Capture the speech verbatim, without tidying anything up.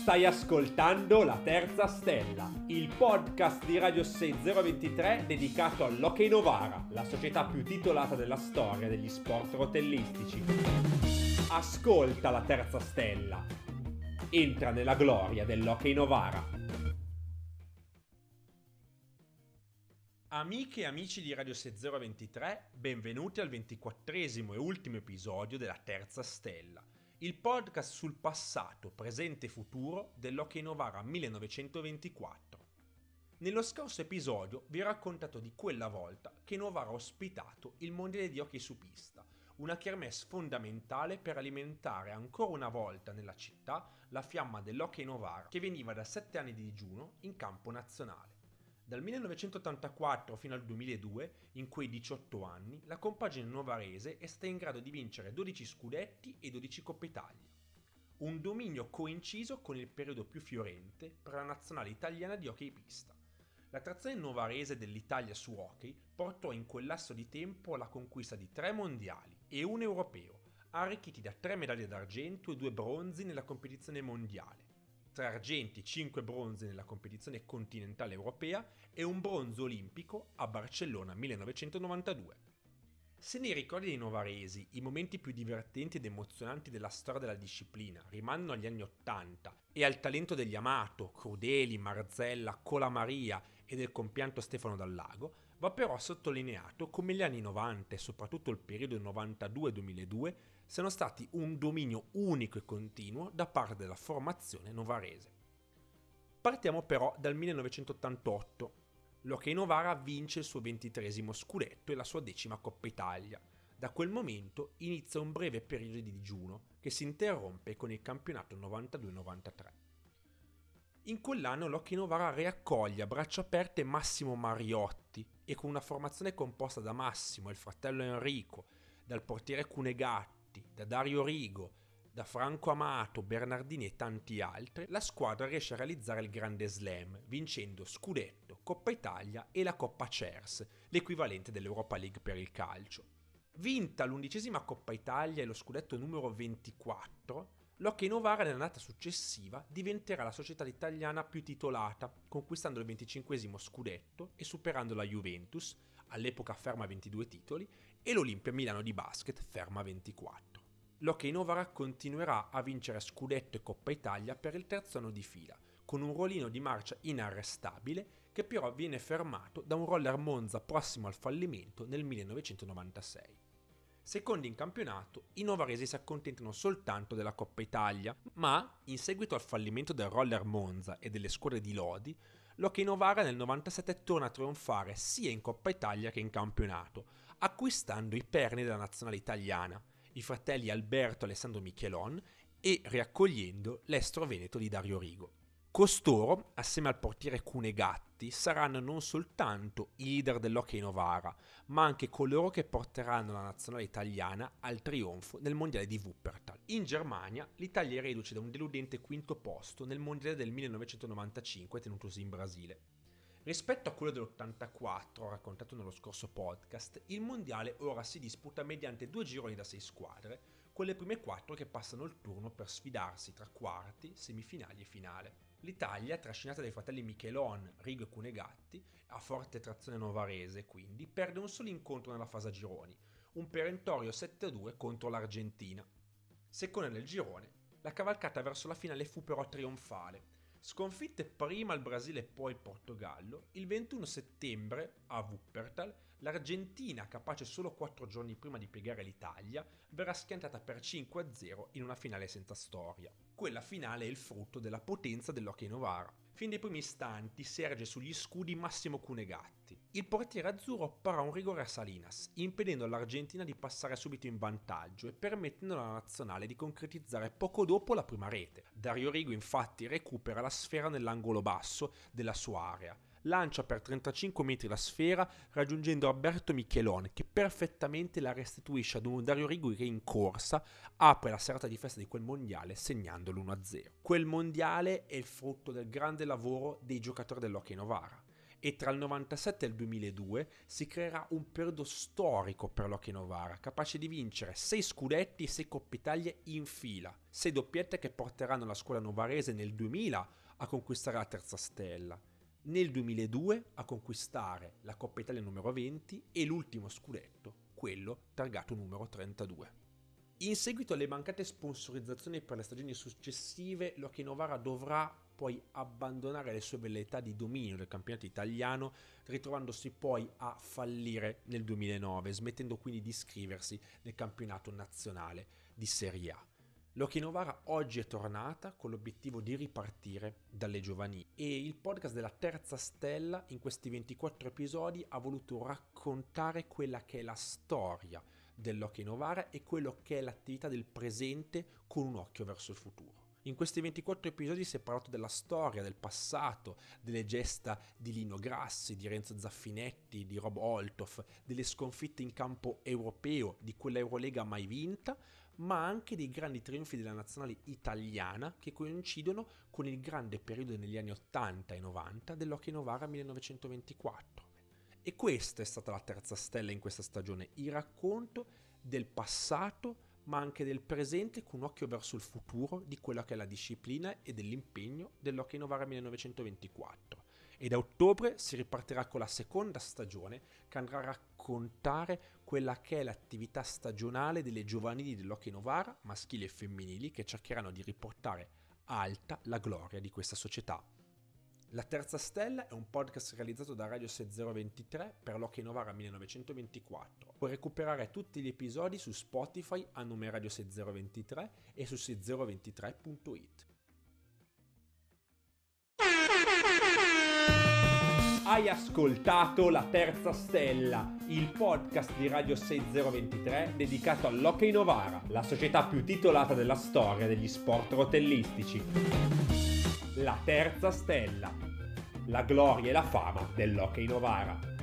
Stai ascoltando La Terza Stella, il podcast di Radio sei zero ventitré dedicato all'Hockey Novara, la società più titolata della storia degli sport rotellistici. Ascolta La Terza Stella. Entra nella gloria dell'Hockey Novara. Amiche e amici di Radio sei zero ventitré, benvenuti al ventiquattresimo e ultimo episodio della Terza Stella, il podcast sul passato, presente e futuro dell'Hockey Novara millenovecentoventiquattro. Nello scorso episodio vi ho raccontato di quella volta che Novara ha ospitato il mondiale di hockey su pista, una kermesse fondamentale per alimentare ancora una volta nella città la fiamma dell'Hockey Novara che veniva da sette anni di digiuno in campo nazionale. Dal millenovecentottantaquattro fino al duemiladue, in quei diciotto anni, la compagine novarese è stata in grado di vincere dodici scudetti e dodici Coppe Italia. Un dominio coinciso con il periodo più fiorente per la nazionale italiana di hockey pista. L'attrazione novarese dell'Italia su hockey portò in quel lasso di tempo alla conquista di tre mondiali e un europeo, arricchiti da tre medaglie d'argento e due bronzi nella competizione mondiale. Tre argenti, cinque bronzi nella competizione continentale europea e un bronzo olimpico a Barcellona millenovecentonovantadue. Se nei ricordi dei novaresi i momenti più divertenti ed emozionanti della storia della disciplina rimandano agli anni ottanta e al talento degli Amato, Crudeli, Marzella, Colamaria e del compianto Stefano Dallago, va però sottolineato come gli anni novanta e soprattutto il periodo novantadue duemiladue siano stati un dominio unico e continuo da parte della formazione novarese. Partiamo però dal millenovecentottantotto. L'Hockey Novara vince il suo ventitreesimo scudetto e la sua decima Coppa Italia. Da quel momento inizia un breve periodo di digiuno che si interrompe con il campionato novantadue novantatré. In quell'anno l'Hockey Novara riaccoglie a braccia aperte Massimo Mariotti e con una formazione composta da Massimo e il fratello Enrico, dal portiere Cunegatti, da Dario Rigo, da Franco Amato, Bernardini e tanti altri, la squadra riesce a realizzare il grande slam, vincendo scudetto, Coppa Italia e la Coppa Cers, l'equivalente dell'Europa League per il calcio. Vinta l'undicesima Coppa Italia e lo scudetto numero ventiquattro, l'Hockey Novara nell'annata successiva diventerà la società italiana più titolata, conquistando il venticinquesimo scudetto e superando la Juventus, all'epoca ferma a ventidue titoli, e l'Olimpia Milano di basket ferma a ventiquattro. L'Hockey Novara continuerà a vincere scudetto e Coppa Italia per il terzo anno di fila, con un ruolino di marcia inarrestabile che però viene fermato da un roller Monza prossimo al fallimento nel millenovecentonovantasei. Secondi in campionato, i novaresi si accontentano soltanto della Coppa Italia, ma in seguito al fallimento del roller Monza e delle squadre di Lodi, l'Hockey Novara nel novantasette torna a trionfare sia in Coppa Italia che in campionato, acquistando i perni della nazionale italiana, i fratelli Alberto e Alessandro Michelon, e riaccogliendo l'estro veneto di Dario Rigo. Costoro, assieme al portiere Cunegatti, saranno non soltanto i leader dell'Hockey Novara, ma anche coloro che porteranno la nazionale italiana al trionfo nel mondiale di Wuppertal. In Germania, l'Italia è reduce da un deludente quinto posto nel mondiale del millenovecentonovantacinque tenutosi in Brasile. Rispetto a quello dell'ottantaquattro, raccontato nello scorso podcast, il mondiale ora si disputa mediante due gironi da sei squadre, con le prime quattro che passano il turno per sfidarsi tra quarti, semifinali e finale. L'Italia, trascinata dai fratelli Michelon, Rigo e Cunegatti, a forte trazione novarese quindi, perde un solo incontro nella fase a gironi, un perentorio sette a due contro l'Argentina. Seconda nel girone, la cavalcata verso la finale fu però trionfale. Sconfitte prima il Brasile e poi il Portogallo, il ventuno settembre a Wuppertal l'Argentina, capace solo quattro giorni prima di piegare l'Italia, verrà schiantata per cinque a zero in una finale senza storia. Quella finale è il frutto della potenza dell'Hockey Novara. Fin dai primi istanti si erge sugli scudi Massimo Cunegatti. Il portiere azzurro para un rigore a Salinas, impedendo all'Argentina di passare subito in vantaggio e permettendo alla nazionale di concretizzare poco dopo la prima rete. Dario Rigo infatti recupera la sfera nell'angolo basso della sua area, lancia per trentacinque metri la sfera raggiungendo Alberto Michelon che perfettamente la restituisce ad un Dario Rigo che in corsa apre la serata di festa di quel mondiale segnando l'uno a zero. Quel mondiale è il frutto del grande lavoro dei giocatori dell'Hockey Novara e tra il novantasette e il duemiladue si creerà un periodo storico per l'Hockey Novara, capace di vincere sei scudetti e sei Coppe Italia in fila, sei doppiette che porteranno la squadra novarese nel duemila a conquistare la terza stella, nel duemiladue a conquistare la Coppa Italia numero venti e l'ultimo scudetto, quello targato numero trentadue. In seguito alle mancate sponsorizzazioni per le stagioni successive, l'Hockey Novara dovrà poi abbandonare le sue velleità di dominio del campionato italiano, ritrovandosi poi a fallire nel duemilanove, smettendo quindi di iscriversi nel campionato nazionale di Serie A. L'Hockey Novara oggi è tornata con l'obiettivo di ripartire dalle giovanili e il podcast della Terza Stella in questi ventiquattro episodi ha voluto raccontare quella che è la storia dell'Hockey Novara e quello che è l'attività del presente con un occhio verso il futuro. In questi ventiquattro episodi si è parlato della storia, del passato, delle gesta di Lino Grassi, di Renzo Zaffinetti, di Rob Olthoff, delle sconfitte in campo europeo, di quella Eurolega mai vinta, ma anche dei grandi trionfi della nazionale italiana che coincidono con il grande periodo negli anni ottanta e novanta dell'Hockey Novara millenovecentoventiquattro. E questa è stata la terza stella in questa stagione, il racconto del passato ma anche del presente con un occhio verso il futuro di quella che è la disciplina e dell'impegno dell'Hockey Novara millenovecentoventiquattro. E da ottobre si ripartirà con la seconda stagione che andrà a raccontare quella che è l'attività stagionale delle giovanili dell'Hockey Novara, maschili e femminili, che cercheranno di riportare alta la gloria di questa società. La Terza Stella è un podcast realizzato da Radio sei zero ventitré per l'Hockey Novara millenovecentoventiquattro. Puoi recuperare tutti gli episodi su Spotify a nome Radio sei zero ventitré e su sei zero ventitré punto it. Hai ascoltato La Terza Stella, il podcast di Radio sei zero ventitré dedicato all'Hockey Novara, la società più titolata della storia degli sport rotellistici. La Terza Stella, la gloria e la fama dell'Hockey Novara.